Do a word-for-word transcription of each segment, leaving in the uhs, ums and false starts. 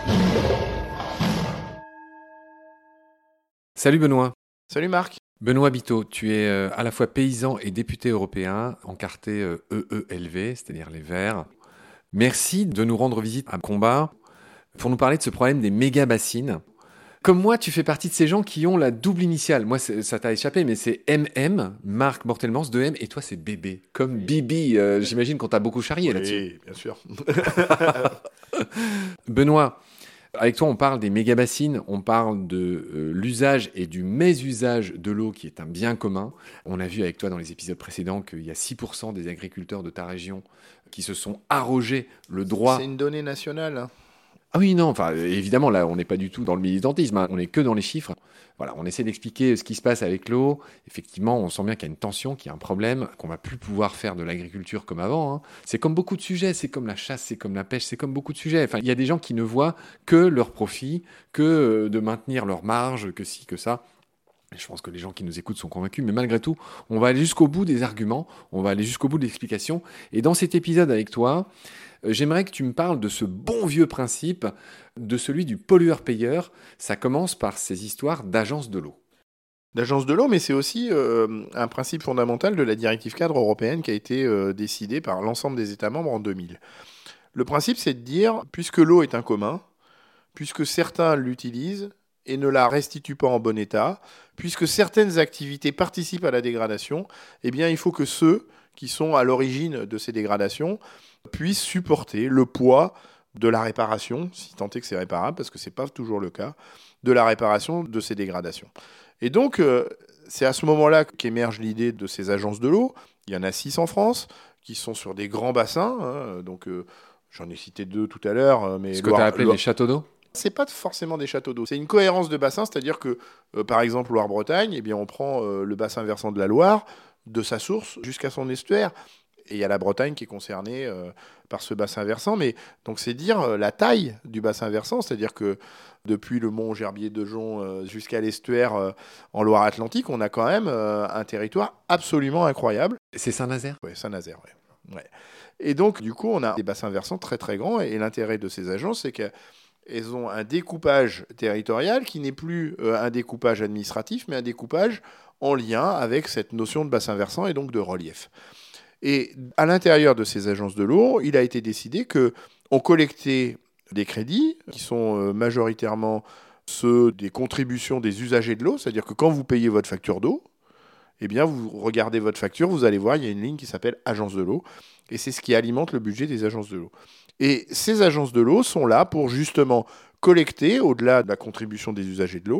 Salut Benoît. Salut Marc. Benoît Biteau, tu es euh, à la fois paysan et député européen, encarté euh, E E L V, c'est-à-dire les Verts. Merci de nous rendre visite à Combat pour nous parler de ce problème des méga-bassines. Comme moi, tu fais partie de ces gens qui ont la double initiale. Moi, c'est- ça t'a échappé, mais c'est M M, Marc Mortelmans, deux M, et toi, c'est Bébé. Comme Bibi, euh, j'imagine qu'on t'a beaucoup charrié là-dessus. Oui, bien sûr. Benoît, avec toi, on parle des méga-bassines, on parle de euh, l'usage et du mésusage de l'eau qui est un bien commun. On a vu avec toi dans les épisodes précédents qu'il y a six pour cent des agriculteurs de ta région qui se sont arrogés le droit... C'est une donnée nationale. hein. Ah oui, non, enfin, évidemment, là, on n'est pas du tout dans le militantisme, hein, on n'est que dans les chiffres. Voilà, on essaie d'expliquer ce qui se passe avec l'eau. Effectivement, on sent bien qu'il y a une tension, qu'il y a un problème, qu'on va plus pouvoir faire de l'agriculture comme avant. hein. C'est comme beaucoup de sujets, c'est comme la chasse, c'est comme la pêche, c'est comme beaucoup de sujets. Enfin, il y a des gens qui ne voient que leur profit, que euh, de maintenir leur marge, que ci, que ça. Et je pense que les gens qui nous écoutent sont convaincus, mais malgré tout, on va aller jusqu'au bout des arguments, on va aller jusqu'au bout de l'explication. Et dans cet épisode avec toi, euh, j'aimerais que tu me parles de ce bon vieux principe, de celui du pollueur-payeur. Ça commence par ces histoires d'agences de l'eau. D'agence de l'eau, mais c'est aussi euh, un principe fondamental de la directive cadre européenne qui a été euh, décidée par l'ensemble des États membres en deux mille. Le principe, c'est de dire, puisque l'eau est un commun, puisque certains l'utilisent et ne la restituent pas en bon état, puisque certaines activités participent à la dégradation, eh bien, il faut que ceux qui sont à l'origine de ces dégradations puissent supporter le poids de la réparation, si tant est que c'est réparable, parce que ce n'est pas toujours le cas, de la réparation de ces dégradations. Et donc, euh, c'est à ce moment-là qu'émerge l'idée de ces agences de l'eau. Il y en a six en France, qui sont sur des grands bassins. hein, donc, euh, j'en ai cité deux tout à l'heure. Mais Ce que tu as appelé Loire- les châteaux d'eau. c'est pas forcément des châteaux d'eau. C'est une cohérence de bassin, c'est-à-dire que, euh, par exemple, Loire-Bretagne, eh bien, on prend euh, le bassin versant de la Loire, de sa source jusqu'à son estuaire. Et il y a la Bretagne qui est concernée euh, par ce bassin versant. Mais donc, c'est dire euh, la taille du bassin versant, c'est-à-dire que depuis le mont Gerbier-de-Jon euh, jusqu'à l'estuaire euh, en Loire-Atlantique, on a quand même euh, un territoire absolument incroyable. C'est Saint-Nazaire. Oui, Saint-Nazaire, ouais. ouais. Et donc, du coup, on a des bassins versants très, très grands. Et, et l'intérêt de ces agences, c'est que elles ont un découpage territorial qui n'est plus euh, un découpage administratif, mais un découpage en lien avec cette notion de bassin versant et donc de relief. Et à l'intérieur de ces agences de l'eau, il a été décidé qu'on collectait des crédits qui sont euh, majoritairement ceux des contributions des usagers de l'eau, c'est-à-dire que quand vous payez votre facture d'eau, eh bien, vous regardez votre facture, vous allez voir, il y a une ligne qui s'appelle Agence de l'eau, et c'est ce qui alimente le budget des agences de l'eau. Et ces agences de l'eau sont là pour justement collecter, au-delà de la contribution des usagers de l'eau,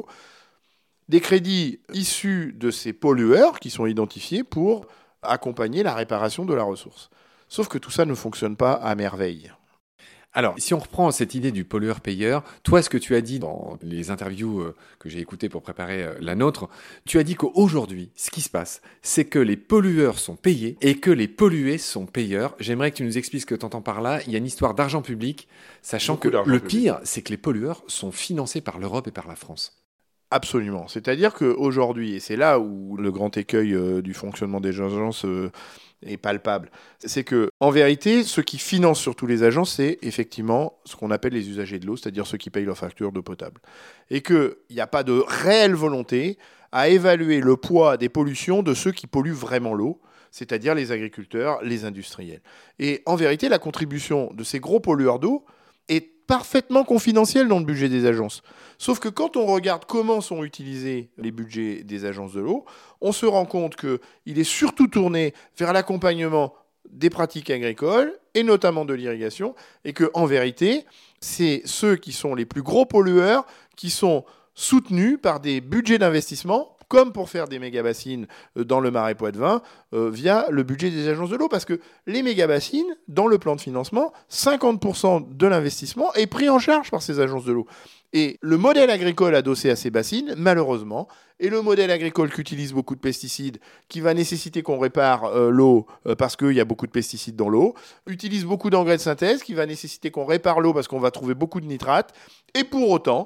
des crédits issus de ces pollueurs qui sont identifiés pour accompagner la réparation de la ressource. Sauf que tout ça ne fonctionne pas à merveille. Alors, si on reprend cette idée du pollueur-payeur, toi, ce que tu as dit dans les interviews euh, que j'ai écoutées pour préparer euh, la nôtre, tu as dit qu'aujourd'hui, ce qui se passe, c'est que les pollueurs sont payés et que les pollués sont payeurs. J'aimerais que tu nous expliques ce que tu entends par là. Il y a une histoire d'argent public, sachant Beaucoup que d'argent le public. pire, c'est que les pollueurs sont financés par l'Europe et par la France. Absolument. C'est-à-dire qu'aujourd'hui, et c'est là où le grand écueil euh, du fonctionnement des agences euh, est palpable, c'est que en vérité, ceux qui financent surtout les agences, c'est effectivement ce qu'on appelle les usagers de l'eau, c'est-à-dire ceux qui payent leur facture d'eau potable. Et qu'il n'y a pas de réelle volonté à évaluer le poids des pollutions de ceux qui polluent vraiment l'eau, c'est-à-dire les agriculteurs, les industriels. Et en vérité, la contribution de ces gros pollueurs d'eau est parfaitement confidentielle dans le budget des agences. Sauf que quand on regarde comment sont utilisés les budgets des agences de l'eau, on se rend compte qu'il est surtout tourné vers l'accompagnement des pratiques agricoles, et notamment de l'irrigation, et qu'en vérité, c'est ceux qui sont les plus gros pollueurs qui sont soutenus par des budgets d'investissement, comme pour faire des méga-bassines dans le Marais Poitevin, euh, via le budget des agences de l'eau. Parce que les méga-bassines, dans le plan de financement, cinquante pour cent de l'investissement est pris en charge par ces agences de l'eau. Et le modèle agricole adossé à ces bassines, malheureusement, et le modèle agricole qui utilise beaucoup de pesticides, qui va nécessiter qu'on répare euh, l'eau euh, parce qu'il y a beaucoup de pesticides dans l'eau, utilise beaucoup d'engrais de synthèse, qui va nécessiter qu'on répare l'eau parce qu'on va trouver beaucoup de nitrates, et pour autant,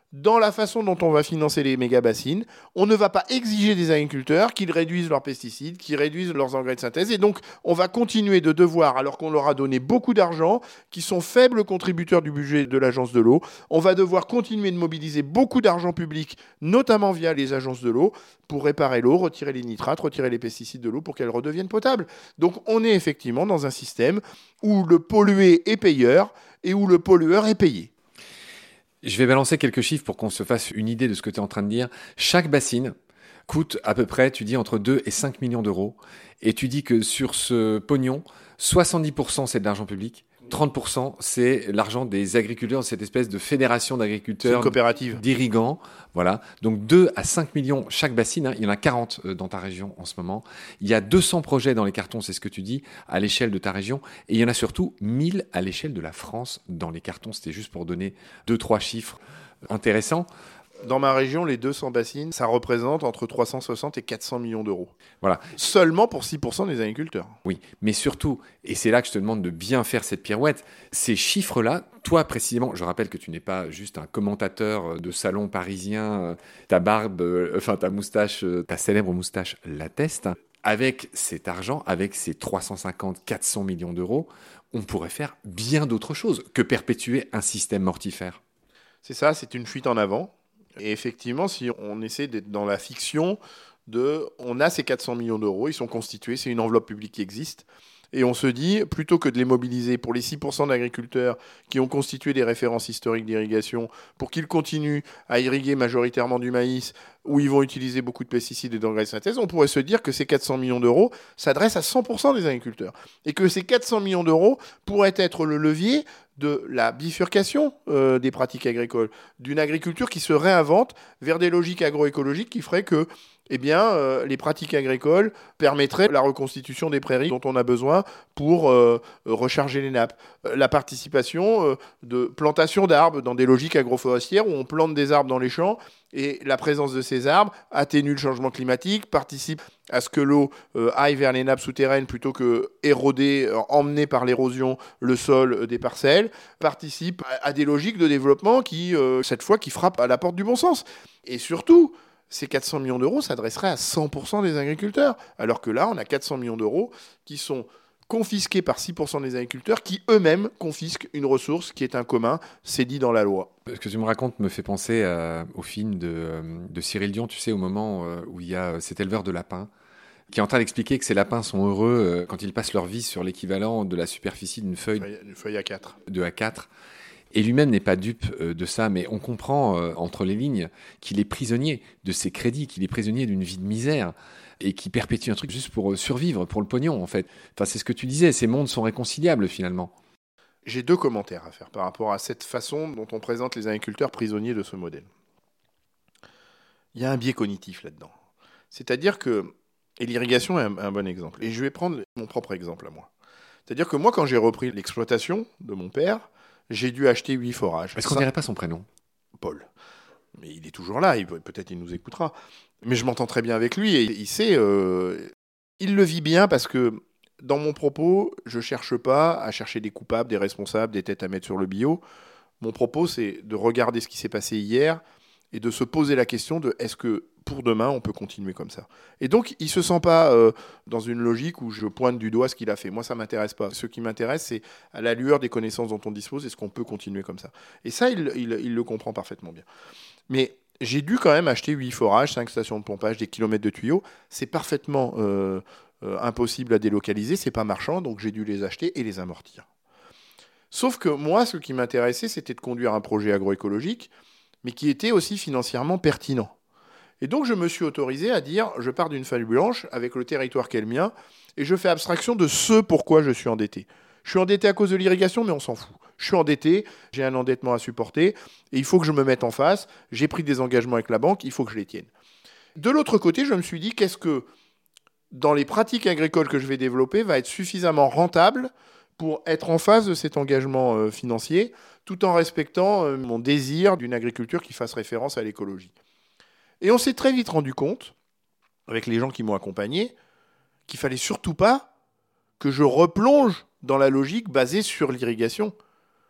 dans la façon dont on va financer les méga-bassines, on ne va pas exiger des agriculteurs qu'ils réduisent leurs pesticides, qu'ils réduisent leurs engrais de synthèse. Et donc, on va continuer de devoir, alors qu'on leur a donné beaucoup d'argent, qui sont faibles contributeurs du budget de l'agence de l'eau, on va devoir continuer de mobiliser beaucoup d'argent public, notamment via les agences de l'eau, pour réparer l'eau, retirer les nitrates, retirer les pesticides de l'eau pour qu'elle redevienne potable. Donc, on est effectivement dans un système où le pollué est payeur et où le pollueur est payé. Je vais balancer quelques chiffres pour qu'on se fasse une idée de ce que tu es en train de dire. Chaque bassine coûte à peu près, tu dis, entre deux et cinq millions d'euros. Et tu dis que sur ce pognon, soixante-dix pour cent c'est de l'argent public, trente pour cent c'est l'argent des agriculteurs, cette espèce de fédération d'agriculteurs, coopérative, d'irrigants. Voilà. Donc deux à cinq millions chaque bassine. Hein. Il y en a quarante dans ta région en ce moment. Il y a deux cents projets dans les cartons, c'est ce que tu dis, à l'échelle de ta région. Et il y en a surtout mille à l'échelle de la France dans les cartons. C'était juste pour donner deux, trois chiffres intéressants. Dans ma région, les deux cents bassines, ça représente entre trois cent soixante et quatre cents millions d'euros. Voilà. Seulement pour six pour cent des agriculteurs. Oui, mais surtout, et c'est là que je te demande de bien faire cette pirouette, ces chiffres-là, toi précisément, je rappelle que tu n'es pas juste un commentateur de salon parisien, ta barbe, enfin ta moustache, ta célèbre moustache l'atteste. Avec cet argent, avec ces trois cent cinquante à quatre cents millions d'euros, on pourrait faire bien d'autres choses que perpétuer un système mortifère. C'est ça, c'est une fuite en avant. Et effectivement, si on essaie d'être dans la fiction de « on a ces quatre cents millions d'euros, ils sont constitués, c'est une enveloppe publique qui existe », et on se dit, plutôt que de les mobiliser pour les six pour cent d'agriculteurs qui ont constitué des références historiques d'irrigation, pour qu'ils continuent à irriguer majoritairement du maïs, où ils vont utiliser beaucoup de pesticides et d'engrais de synthèse, on pourrait se dire que ces quatre cents millions d'euros s'adressent à cent pour cent des agriculteurs. Et que ces quatre cents millions d'euros pourraient être le levier de la bifurcation euh, des pratiques agricoles, d'une agriculture qui se réinvente vers des logiques agroécologiques qui feraient que eh bien, euh, les pratiques agricoles permettraient la reconstitution des prairies dont on a besoin pour euh, recharger les nappes. Euh, la participation euh, de plantation d'arbres dans des logiques agroforestières où on plante des arbres dans les champs et la présence de ces arbres atténue le changement climatique, participe à ce que l'eau euh, aille vers les nappes souterraines plutôt que éroder, euh, emmener par l'érosion le sol euh, des parcelles, participe à, à des logiques de développement qui, euh, cette fois, qui frappent à la porte du bon sens. Et surtout, ces quatre cents millions d'euros s'adresseraient à cent pour cent des agriculteurs. Alors que là, on a quatre cents millions d'euros qui sont confisqués par six pour cent des agriculteurs qui eux-mêmes confisquent une ressource qui est un commun, c'est dit dans la loi. Ce que tu me racontes me fait penser euh, au film de, euh, de Cyril Dion, tu sais, au moment euh, où il y a cet éleveur de lapins qui est en train d'expliquer que ces lapins sont heureux euh, quand ils passent leur vie sur l'équivalent de la superficie d'une feuille, Une feuille A quatre. De A quatre. Et lui-même n'est pas dupe euh, de ça, mais on comprend euh, entre les lignes qu'il est prisonnier de ses crédits, qu'il est prisonnier d'une vie de misère et qui perpétue un truc juste pour euh, survivre, pour le pognon en fait. Enfin, c'est ce que tu disais, ces mondes sont réconciliables finalement. J'ai deux commentaires à faire par rapport à cette façon dont on présente les agriculteurs prisonniers de ce modèle. Il y a un biais cognitif là-dedans. C'est-à-dire que, et l'irrigation est un, un bon exemple, et je vais prendre mon propre exemple à moi. C'est-à-dire que moi, quand j'ai repris l'exploitation de mon père, j'ai dû acheter huit forages. Est-ce qu'on ne dirait pas son prénom ? Paul. Mais il est toujours là, il, peut-être il nous écoutera. Mais je m'entends très bien avec lui et il sait, euh, il le vit bien parce que dans mon propos, je ne cherche pas à chercher des coupables, des responsables, des têtes à mettre sur le bio. Mon propos, c'est de regarder ce qui s'est passé hier et de se poser la question de est-ce que pour demain, on peut continuer comme ça. Et donc, il ne se sent pas euh, dans une logique où je pointe du doigt ce qu'il a fait. Moi, ça ne m'intéresse pas. Ce qui m'intéresse, c'est à la lueur des connaissances dont on dispose, est-ce qu'on peut continuer comme ça. Et ça, il, il, il le comprend parfaitement bien. Mais j'ai dû quand même acheter huit forages, cinq stations de pompage, des kilomètres de tuyaux. C'est parfaitement euh, euh, impossible à délocaliser, c'est pas marchand, donc j'ai dû les acheter et les amortir. Sauf que moi, ce qui m'intéressait, c'était de conduire un projet agroécologique, mais qui était aussi financièrement pertinent. Et donc, je me suis autorisé à dire, je pars d'une feuille blanche avec le territoire qui est le mien, et je fais abstraction de ce pourquoi je suis endetté. Je suis endetté à cause de l'irrigation, mais on s'en fout. Je suis endetté, j'ai un endettement à supporter, et il faut que je me mette en face. J'ai pris des engagements avec la banque, il faut que je les tienne. De l'autre côté, je me suis dit, qu'est-ce que, dans les pratiques agricoles que je vais développer, va être suffisamment rentable pour être en face de cet engagement euh, financier, tout en respectant euh, mon désir d'une agriculture qui fasse référence à l'écologie. Et on s'est très vite rendu compte, avec les gens qui m'ont accompagné, qu'il ne fallait surtout pas que je replonge dans la logique basée sur l'irrigation.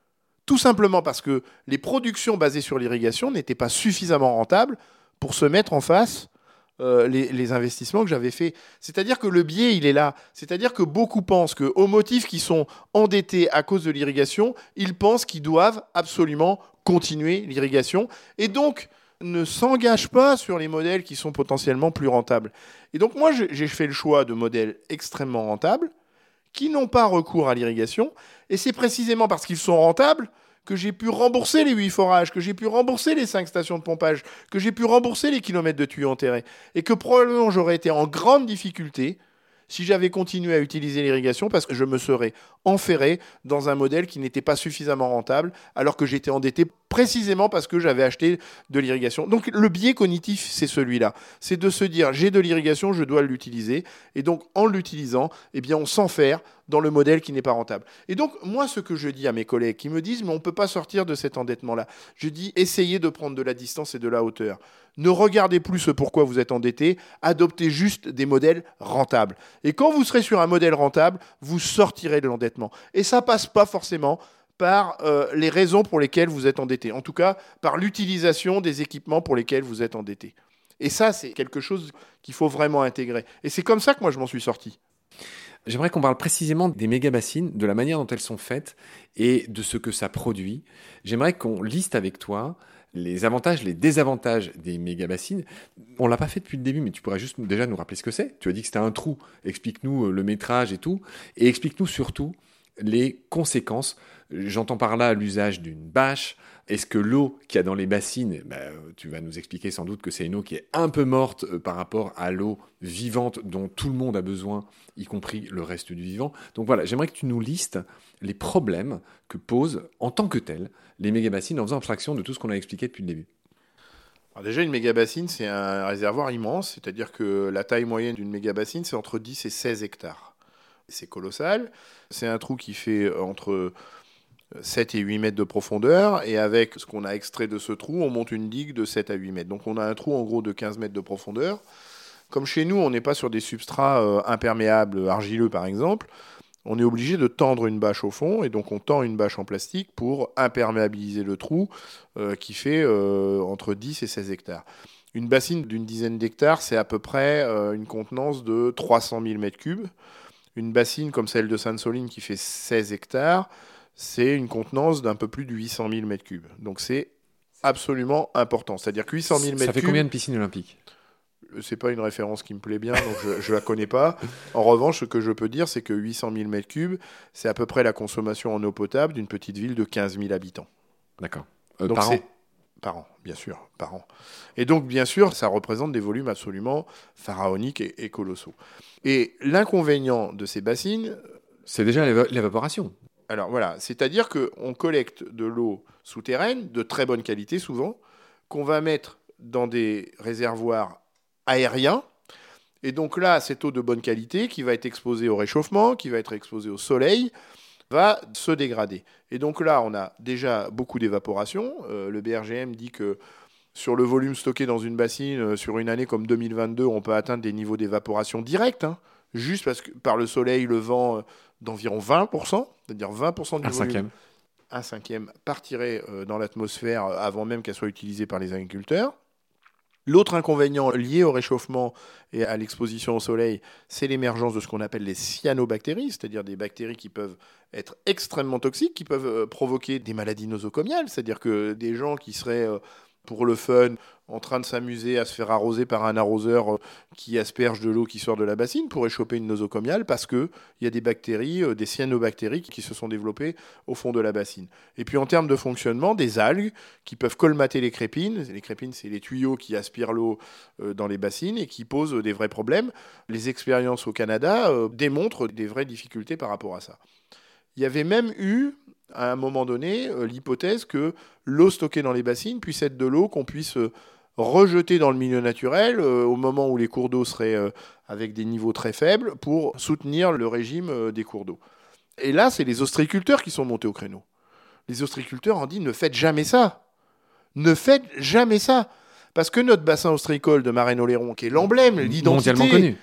Tout simplement parce que les productions basées sur l'irrigation n'étaient pas suffisamment rentables pour se mettre en face euh, les, les investissements que j'avais faits. C'est-à-dire que le biais, il est là. C'est-à-dire que beaucoup pensent qu'aux motifs qui sont endettés à cause de l'irrigation, ils pensent qu'ils doivent absolument continuer l'irrigation et donc ne s'engagent pas sur les modèles qui sont potentiellement plus rentables. Et donc moi, j'ai fait le choix de modèles extrêmement rentables qui n'ont pas recours à l'irrigation. Et c'est précisément parce qu'ils sont rentables que j'ai pu rembourser les huit forages, que j'ai pu rembourser les cinq stations de pompage, que j'ai pu rembourser les kilomètres de tuyaux enterrés. Et que probablement j'aurais été en grande difficulté si j'avais continué à utiliser l'irrigation parce que je me serais enferré dans un modèle qui n'était pas suffisamment rentable alors que j'étais endetté précisément parce que j'avais acheté de l'irrigation. Donc le biais cognitif, c'est celui-là. C'est de se dire, j'ai de l'irrigation, je dois l'utiliser. Et donc en l'utilisant, eh bien, on s'enferre dans le modèle qui n'est pas rentable. Et donc moi, ce que je dis à mes collègues qui me disent, mais on ne peut pas sortir de cet endettement-là, je dis, essayez de prendre de la distance et de la hauteur. Ne regardez plus ce pourquoi vous êtes endetté, adoptez juste des modèles rentables. Et quand vous serez sur un modèle rentable, vous sortirez de l'endettement. Et ça passe pas forcément par euh, les raisons pour lesquelles vous êtes endetté. En tout cas, par l'utilisation des équipements pour lesquels vous êtes endetté. Et ça, c'est quelque chose qu'il faut vraiment intégrer. Et c'est comme ça que moi, je m'en suis sorti. J'aimerais qu'on parle précisément des méga-bassines, de la manière dont elles sont faites et de ce que ça produit. J'aimerais qu'on liste avec toi les avantages, les désavantages des méga-bassines. On ne l'a pas fait depuis le début, mais tu pourrais juste déjà nous rappeler ce que c'est. Tu as dit que c'était un trou. Explique-nous le métrage et tout. Et explique-nous surtout les conséquences. J'entends par là l'usage d'une bâche. Est-ce que l'eau qu'il y a dans les bassines, bah, tu vas nous expliquer sans doute que c'est une eau qui est un peu morte par rapport à l'eau vivante dont tout le monde a besoin, y compris le reste du vivant. Donc voilà, j'aimerais que tu nous listes les problèmes que posent en tant que tels les méga-bassines en faisant abstraction de tout ce qu'on a expliqué depuis le début. Alors déjà, une méga-bassine, c'est un réservoir immense, c'est-à-dire que la taille moyenne d'une méga-bassine, c'est entre dix et seize hectares. C'est colossal. C'est un trou qui fait entre sept et huit mètres de profondeur, et avec ce qu'on a extrait de ce trou, on monte une digue de sept à huit mètres. Donc on a un trou en gros de quinze mètres de profondeur. Comme chez nous, on n'est pas sur des substrats euh, imperméables, argileux par exemple, on est obligé de tendre une bâche au fond, et donc on tend une bâche en plastique pour imperméabiliser le trou euh, qui fait euh, entre dix et seize hectares. Une bassine d'une dizaine d'hectares, c'est à peu près euh, une contenance de trois cent mille mètres cubes. Une bassine comme celle de Sainte-Soline qui fait seize hectares, c'est une contenance d'un peu plus de huit cent mille mètres cubes. Donc c'est absolument important. C'est-à-dire que huit cent mille mètres cubes... Ça fait combien de piscines olympiques ? C'est pas une référence qui me plaît bien, donc je ne la connais pas. En revanche, ce que je peux dire, c'est que huit cent mille mètres cubes, c'est à peu près la consommation en eau potable d'une petite ville de quinze mille habitants. D'accord. Euh, donc par c'est... an ? Par an, bien sûr, par an. Et donc, bien sûr, ça représente des volumes absolument pharaoniques et, et colossaux. Et l'inconvénient de ces bassines... C'est déjà l'éva- l'évaporation. Alors voilà, c'est-à-dire qu'on collecte de l'eau souterraine, de très bonne qualité souvent, qu'on va mettre dans des réservoirs aériens. Et donc là, cette eau de bonne qualité, qui va être exposée au réchauffement, qui va être exposée au soleil, va se dégrader. Et donc là, on a déjà beaucoup d'évaporation. Euh, le B R G M dit que sur le volume stocké dans une bassine, euh, sur une année comme deux mille vingt-deux, on peut atteindre des niveaux d'évaporation directs, hein, juste parce que par le soleil, le vent, euh, d'environ vingt pour cent, c'est-à-dire vingt pour cent du Un volume. cinquième. Un cinquième partirait euh, dans l'atmosphère euh, avant même qu'elle soit utilisée par les agriculteurs. L'autre inconvénient lié au réchauffement et à l'exposition au soleil, c'est l'émergence de ce qu'on appelle les cyanobactéries, c'est-à-dire des bactéries qui peuvent être extrêmement toxiques, qui peuvent euh, provoquer des maladies nosocomiales, c'est-à-dire que des gens qui seraient, euh, pour le fun, en train de s'amuser à se faire arroser par un arroseur euh, qui asperge de l'eau qui sort de la bassine, pourraient choper une nosocomiale parce qu'il y a des bactéries, euh, des cyanobactéries qui se sont développées au fond de la bassine. Et puis en termes de fonctionnement, des algues qui peuvent colmater les crépines. Les crépines, c'est les tuyaux qui aspirent l'eau euh, dans les bassines et qui posent euh, des vrais problèmes. Les expériences au Canada euh, démontrent des vraies difficultés par rapport à ça. Il y avait même eu, à un moment donné, euh, l'hypothèse que l'eau stockée dans les bassines puisse être de l'eau qu'on puisse euh, rejeter dans le milieu naturel euh, au moment où les cours d'eau seraient euh, avec des niveaux très faibles pour soutenir le régime euh, des cours d'eau. Et là, c'est les ostréiculteurs qui sont montés au créneau. Les ostréiculteurs ont dit « ne faites jamais ça ». Ne faites jamais ça. Parce que notre bassin ostréicole de Marennes-Oléron, qui est l'emblème, l'identité... Mondialement connu.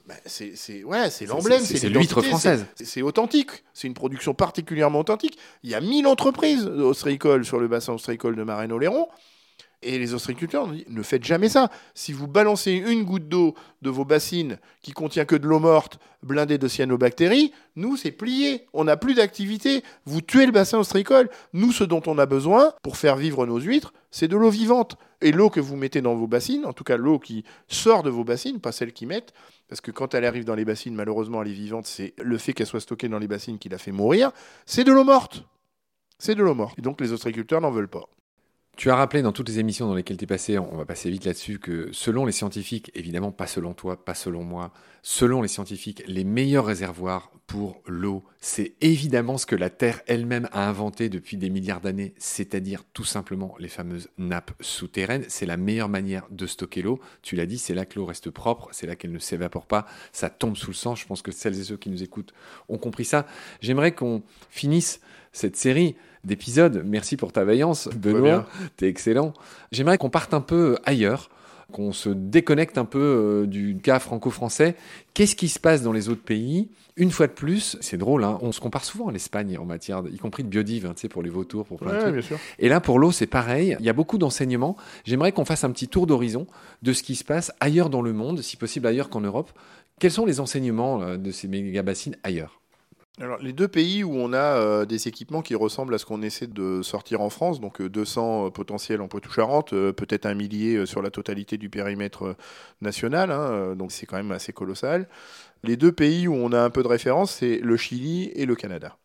Ben, c'est, c'est, ouais, c'est l'emblème, c'est, c'est, c'est l'huître française. C'est, c'est authentique, c'est une production particulièrement authentique. Il y a mille entreprises ostréicoles sur le bassin ostréicole de Marennes-Oléron. Et les ostréiculteurs ont dit, ne faites jamais ça. Si vous balancez une goutte d'eau de vos bassines qui contient que de l'eau morte, blindée de cyanobactéries, nous, c'est plié. On n'a plus d'activité. Vous tuez le bassin ostréicole. Nous, ce dont on a besoin pour faire vivre nos huîtres, c'est de l'eau vivante. Et l'eau que vous mettez dans vos bassines, en tout cas l'eau qui sort de vos bassines, pas celle qu'ils mettent, parce que quand elle arrive dans les bassines, malheureusement, elle est vivante, c'est le fait qu'elle soit stockée dans les bassines qui la fait mourir, c'est de l'eau morte. C'est de l'eau morte. Et donc, les ostréiculteurs n'en veulent pas. Tu as rappelé dans toutes les émissions dans lesquelles tu es passé, on va passer vite là-dessus, que selon les scientifiques, évidemment pas selon toi, pas selon moi, selon les scientifiques, les meilleurs réservoirs pour l'eau, c'est évidemment ce que la Terre elle-même a inventé depuis des milliards d'années, c'est-à-dire tout simplement les fameuses nappes souterraines. C'est la meilleure manière de stocker l'eau. Tu l'as dit, c'est là que l'eau reste propre, c'est là qu'elle ne s'évapore pas, ça tombe sous le sang. Je pense que celles et ceux qui nous écoutent ont compris ça. J'aimerais qu'on finisse cette série d'épisodes. Merci pour ta vaillance, Benoît. T'es excellent. J'aimerais qu'on parte un peu ailleurs, qu'on se déconnecte un peu euh, du cas franco-français. Qu'est-ce qui se passe dans les autres pays ? Une fois de plus, c'est drôle, hein, on se compare souvent à l'Espagne en matière, de, y compris de biodive, hein, tu sais, pour les vautours, pour plein ouais, de trucs. Bien sûr. Et là, pour l'eau, c'est pareil. Il y a beaucoup d'enseignements. J'aimerais qu'on fasse un petit tour d'horizon de ce qui se passe ailleurs dans le monde, si possible ailleurs qu'en Europe. Quels sont les enseignements euh, de ces méga-bassines ailleurs ? Alors, les deux pays où on a euh, des équipements qui ressemblent à ce qu'on essaie de sortir en France, donc euh, deux cents euh, potentiels en Poitou-Charentes, euh, peut-être un millier euh, sur la totalité du périmètre euh, national, hein, euh, donc c'est quand même assez colossal. Les deux pays où on a un peu de référence, c'est le Chili et le Canada.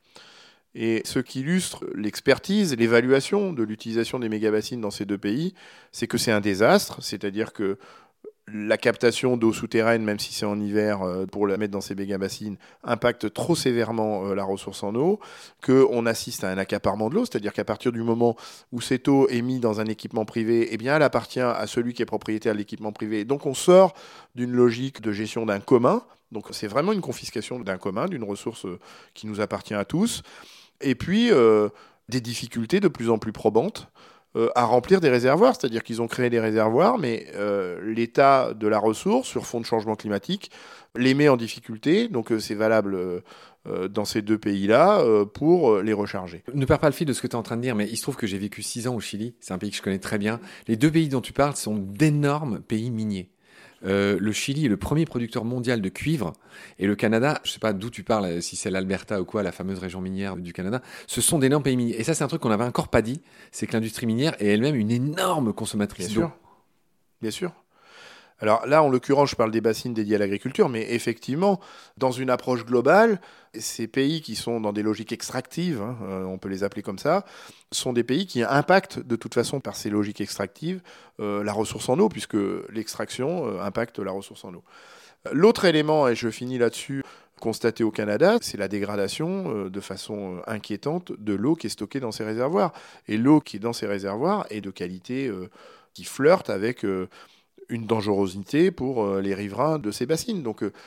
Et ce qui illustre l'expertise, l'évaluation de l'utilisation des méga-bassines dans ces deux pays, c'est que c'est un désastre, c'est-à-dire que la captation d'eau souterraine, même si c'est en hiver, euh, pour la mettre dans ces méga-bassines, impacte trop sévèrement euh, la ressource en eau, qu'on assiste à un accaparement de l'eau, c'est-à-dire qu'à partir du moment où cette eau est mise dans un équipement privé, eh bien, elle appartient à celui qui est propriétaire de l'équipement privé. Donc on sort d'une logique de gestion d'un commun, donc c'est vraiment une confiscation d'un commun, d'une ressource euh, qui nous appartient à tous, et puis euh, des difficultés de plus en plus probantes Euh, à remplir des réservoirs, c'est-à-dire qu'ils ont créé des réservoirs, mais euh, l'état de la ressource, sur fond de changement climatique, les met en difficulté, donc euh, c'est valable euh, dans ces deux pays-là, euh, pour euh, les recharger. Ne perds pas le fil de ce que tu es en train de dire, mais il se trouve que j'ai vécu six ans au Chili, c'est un pays que je connais très bien. Les deux pays dont tu parles sont d'énormes pays miniers. Euh, le Chili est le premier producteur mondial de cuivre et le Canada, je sais pas d'où tu parles, si c'est l'Alberta ou quoi, la fameuse région minière du Canada, ce sont d'énormes pays miniers. Et ça, c'est un truc qu'on n'avait encore pas dit, c'est que l'industrie minière est elle-même une énorme consommatrice Bien d'eau. sûr. Bien sûr. Alors là, en l'occurrence, je parle des bassines dédiées à l'agriculture, mais effectivement, dans une approche globale, ces pays qui sont dans des logiques extractives, hein, euh, on peut les appeler comme ça, sont des pays qui impactent de toute façon par ces logiques extractives euh, la ressource en eau, puisque l'extraction euh, impacte la ressource en eau. L'autre élément, et je finis là-dessus, constaté au Canada, c'est la dégradation euh, de façon euh, inquiétante de l'eau qui est stockée dans ces réservoirs. Et l'eau qui est dans ces réservoirs est de qualité euh, qui flirte avec euh, une dangerosité pour euh, les riverains de ces bassines. Donc, euh,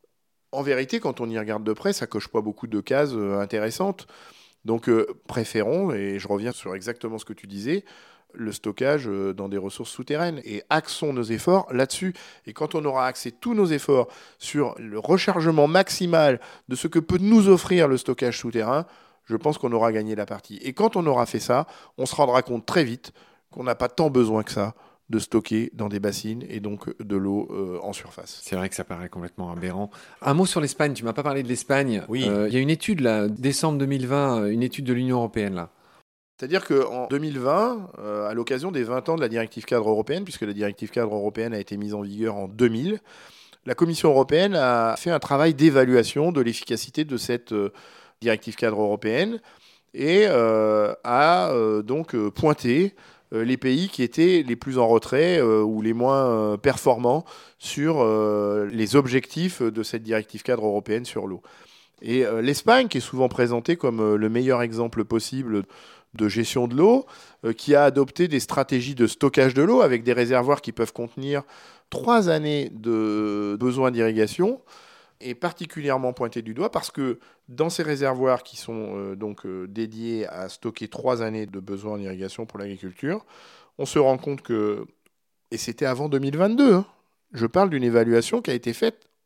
en vérité, quand on y regarde de près, ça coche pas beaucoup de cases euh, intéressantes. Donc, euh, préférons, et je reviens sur exactement ce que tu disais, le stockage euh, dans des ressources souterraines et axons nos efforts là-dessus. Et quand on aura axé tous nos efforts sur le rechargement maximal de ce que peut nous offrir le stockage souterrain, je pense qu'on aura gagné la partie. Et quand on aura fait ça, on se rendra compte très vite qu'on n'a pas tant besoin que ça de stocker dans des bassines et donc de l'eau euh, en surface. C'est vrai que ça paraît complètement aberrant. Un mot sur l'Espagne, tu m'as pas parlé de l'Espagne. Oui. Euh, il y a une étude, là, décembre deux mille vingt, une étude de l'Union européenne, là. C'est-à-dire qu'en deux mille vingt, euh, à l'occasion des vingt ans de la directive cadre européenne, puisque la directive cadre européenne a été mise en vigueur en deux mille, la Commission européenne a fait un travail d'évaluation de l'efficacité de cette euh, directive cadre européenne et euh, a euh, donc euh, pointé euh, les pays qui étaient les plus en retrait euh, ou les moins euh, performants sur euh, les objectifs de cette directive cadre européenne sur l'eau. Et euh, l'Espagne, qui est souvent présentée comme euh, le meilleur exemple possible de gestion de l'eau, euh, qui a adopté des stratégies de stockage de l'eau avec des réservoirs qui peuvent contenir trois années de besoin d'irrigation, est particulièrement pointé du doigt parce que dans ces réservoirs qui sont euh, donc euh, dédiés à stocker trois années de besoin d'irrigation pour l'agriculture, on se rend compte que, et c'était avant deux mille vingt-deux, hein, je parle d'une évaluation qui a été faite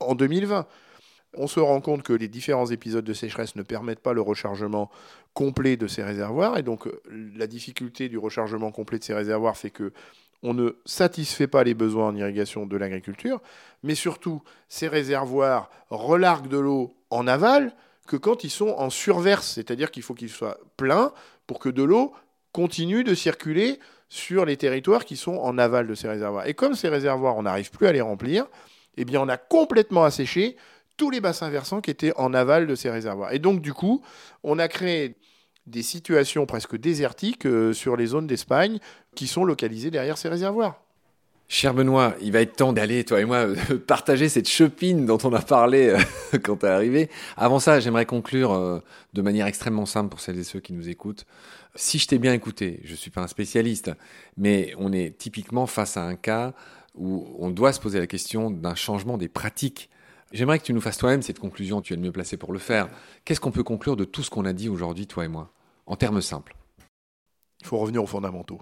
en deux mille vingt. On se rend compte que les différents épisodes de sécheresse ne permettent pas le rechargement complet de ces réservoirs. Et donc, la difficulté du rechargement complet de ces réservoirs fait que on ne satisfait pas les besoins en irrigation de l'agriculture. Mais surtout, ces réservoirs relarguent de l'eau en aval que quand ils sont en surverse. C'est-à-dire qu'il faut qu'ils soient pleins pour que de l'eau continue de circuler sur les territoires qui sont en aval de ces réservoirs. Et comme ces réservoirs, on n'arrive plus à les remplir, eh bien, on a complètement asséché tous les bassins versants qui étaient en aval de ces réservoirs. Et donc, du coup, on a créé des situations presque désertiques euh, sur les zones d'Espagne qui sont localisées derrière ces réservoirs. Cher Benoît, il va être temps d'aller, toi et moi, partager cette chopine dont on a parlé euh, quand tu es arrivé. Avant ça, j'aimerais conclure euh, de manière extrêmement simple pour celles et ceux qui nous écoutent. Si je t'ai bien écouté, je ne suis pas un spécialiste, mais on est typiquement face à un cas où on doit se poser la question d'un changement des pratiques. J'aimerais que tu nous fasses toi-même cette conclusion, tu es le mieux placé pour le faire. Qu'est-ce qu'on peut conclure de tout ce qu'on a dit aujourd'hui, toi et moi, en termes simples ? Il faut revenir aux fondamentaux.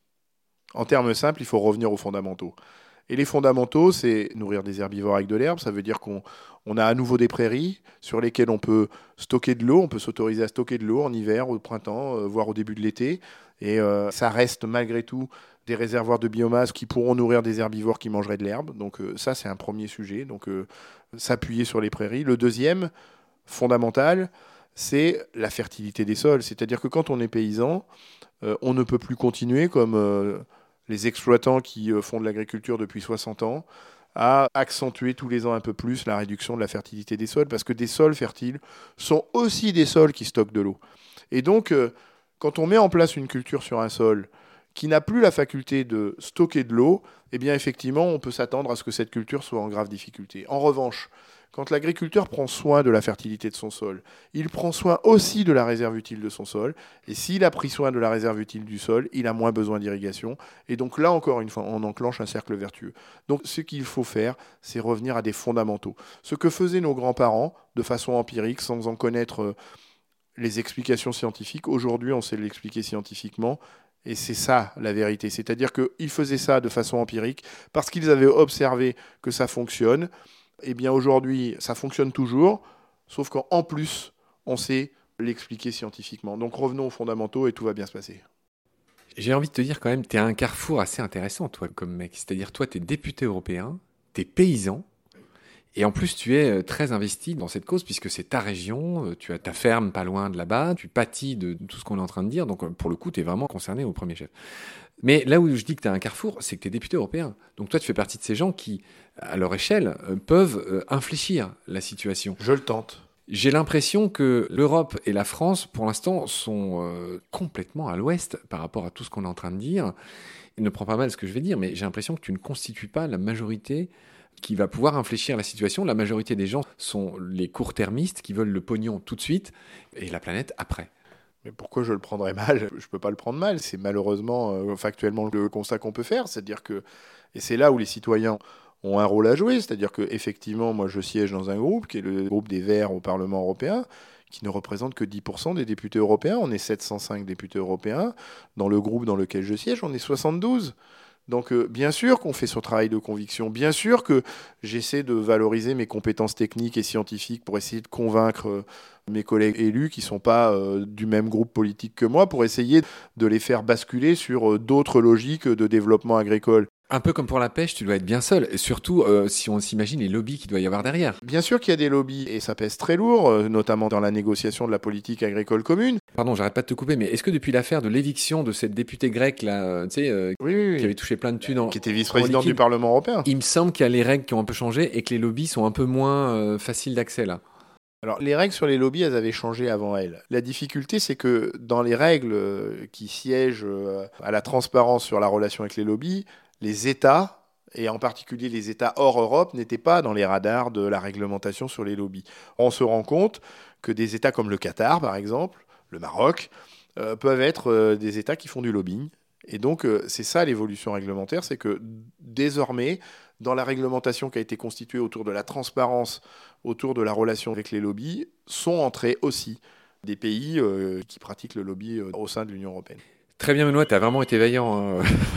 En termes simples, il faut revenir aux fondamentaux. Et les fondamentaux, c'est nourrir des herbivores avec de l'herbe. Ça veut dire qu'on on a à nouveau des prairies sur lesquelles on peut stocker de l'eau. On peut s'autoriser à stocker de l'eau en hiver, au printemps, euh, voire au début de l'été. Et euh, ça reste malgré tout des réservoirs de biomasse qui pourront nourrir des herbivores qui mangeraient de l'herbe. Donc euh, ça, c'est un premier sujet. Donc euh, s'appuyer sur les prairies. Le deuxième, fondamental, c'est la fertilité des sols. C'est-à-dire que quand on est paysan, euh, on ne peut plus continuer comme euh, les exploitants qui euh, font de l'agriculture depuis soixante ans à accentuer tous les ans un peu plus la réduction de la fertilité des sols, parce que des sols fertiles sont aussi des sols qui stockent de l'eau. Et donc, euh, quand on met en place une culture sur un sol qui n'a plus la faculté de stocker de l'eau, eh bien effectivement, on peut s'attendre à ce que cette culture soit en grave difficulté. En revanche, quand l'agriculteur prend soin de la fertilité de son sol, il prend soin aussi de la réserve utile de son sol. Et s'il a pris soin de la réserve utile du sol, il a moins besoin d'irrigation. Et donc là, encore une fois, on enclenche un cercle vertueux. Donc ce qu'il faut faire, c'est revenir à des fondamentaux. Ce que faisaient nos grands-parents, de façon empirique, sans en connaître les explications scientifiques, aujourd'hui, on sait l'expliquer scientifiquement. Et c'est ça, la vérité. C'est-à-dire qu'ils faisaient ça de façon empirique parce qu'ils avaient observé que ça fonctionne. Eh bien, aujourd'hui, ça fonctionne toujours, sauf qu'en plus, on sait l'expliquer scientifiquement. Donc, revenons aux fondamentaux et tout va bien se passer. J'ai envie de te dire quand même, tu es à un carrefour assez intéressant, toi, comme mec. C'est-à-dire, toi, tu es député européen, tu es paysan, et en plus, tu es très investi dans cette cause, puisque c'est ta région, tu as ta ferme pas loin de là-bas, tu pâtis de tout ce qu'on est en train de dire, donc pour le coup, tu es vraiment concerné au premier chef. Mais là où je dis que tu as un carrefour, c'est que tu es député européen. Donc toi, tu fais partie de ces gens qui, à leur échelle, peuvent infléchir la situation. Je le tente. J'ai l'impression que l'Europe et la France, pour l'instant, sont euh, complètement à l'ouest par rapport à tout ce qu'on est en train de dire. Il ne prend pas mal ce que je vais dire, mais j'ai l'impression que tu ne constitues pas la majorité qui va pouvoir infléchir la situation. La majorité des gens sont les court-termistes qui veulent le pognon tout de suite et la planète après. Mais pourquoi je le prendrais mal ? Je ne peux pas le prendre mal. C'est malheureusement, euh, factuellement, le constat qu'on peut faire. C'est-à-dire que, et c'est là où les citoyens ont un rôle à jouer. C'est-à-dire qu'effectivement, moi, je siège dans un groupe qui est le groupe des Verts au Parlement européen, qui ne représente que dix pour cent des députés européens. On est sept cent cinq députés européens. Dans le groupe dans lequel je siège, on est soixante-douze. Donc euh, bien sûr qu'on fait ce travail de conviction, bien sûr que j'essaie de valoriser mes compétences techniques et scientifiques pour essayer de convaincre euh, mes collègues élus qui ne sont pas euh, du même groupe politique que moi, pour essayer de les faire basculer sur euh, d'autres logiques de développement agricole. Un peu comme pour la pêche, tu dois être bien seul, et surtout euh, si on s'imagine les lobbies qu'il doit y avoir derrière. Bien sûr qu'il y a des lobbies, et ça pèse très lourd, euh, notamment dans la négociation de la politique agricole commune. Pardon, j'arrête pas de te couper, mais est-ce que depuis l'affaire de l'éviction de cette députée grecque là, euh, tu sais, euh, oui, oui, oui. qui avait touché plein de thunes, en, qui était vice-présidente du Parlement européen, il me semble qu'il y a les règles qui ont un peu changé et que les lobbies sont un peu moins euh, faciles d'accès là. Alors, les règles sur les lobbies, elles avaient changé avant elle. La difficulté, c'est que dans les règles qui siègent à la transparence sur la relation avec les lobbies, les États, et en particulier les États hors Europe, n'étaient pas dans les radars de la réglementation sur les lobbies. On se rend compte que des États comme le Qatar, par exemple, le Maroc, euh, peuvent être euh, des États qui font du lobbying. Et donc, euh, c'est ça l'évolution réglementaire, c'est que désormais, dans la réglementation qui a été constituée autour de la transparence, autour de la relation avec les lobbies, sont entrés aussi des pays euh, qui pratiquent le lobby euh, au sein de l'Union européenne. Très bien, Benoît, tu as vraiment été vaillant. Hein.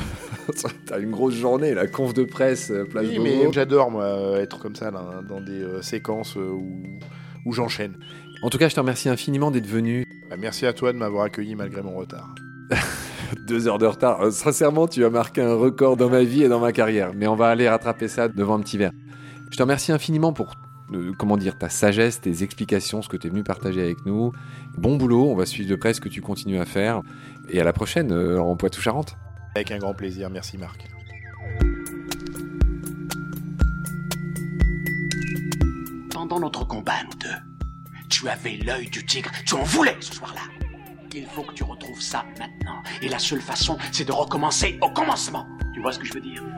T'as une grosse journée, la conf de presse, place Oui, Beauvau. mais j'adore, moi, être comme ça, là, dans des euh, séquences euh, où, où j'enchaîne. En tout cas, je te remercie infiniment d'être venu. Bah, merci à toi de m'avoir accueilli malgré mon retard. Deux heures de retard. Euh, sincèrement, tu as marqué un record dans ma vie et dans ma carrière. Mais on va aller rattraper ça devant un petit verre. Je te remercie infiniment pour, euh, comment dire, ta sagesse, tes explications, ce que tu es venu partager avec nous. Bon boulot, on va suivre de près ce que tu continues à faire. Et à la prochaine, euh, en Poitou-Charentes. Avec un grand plaisir, merci Marc. Pendant notre combat, nous deux, tu avais l'œil du tigre, tu en voulais ce soir-là. Il faut que tu retrouves ça maintenant. Et la seule façon, c'est de recommencer au commencement. Tu vois ce que je veux dire ?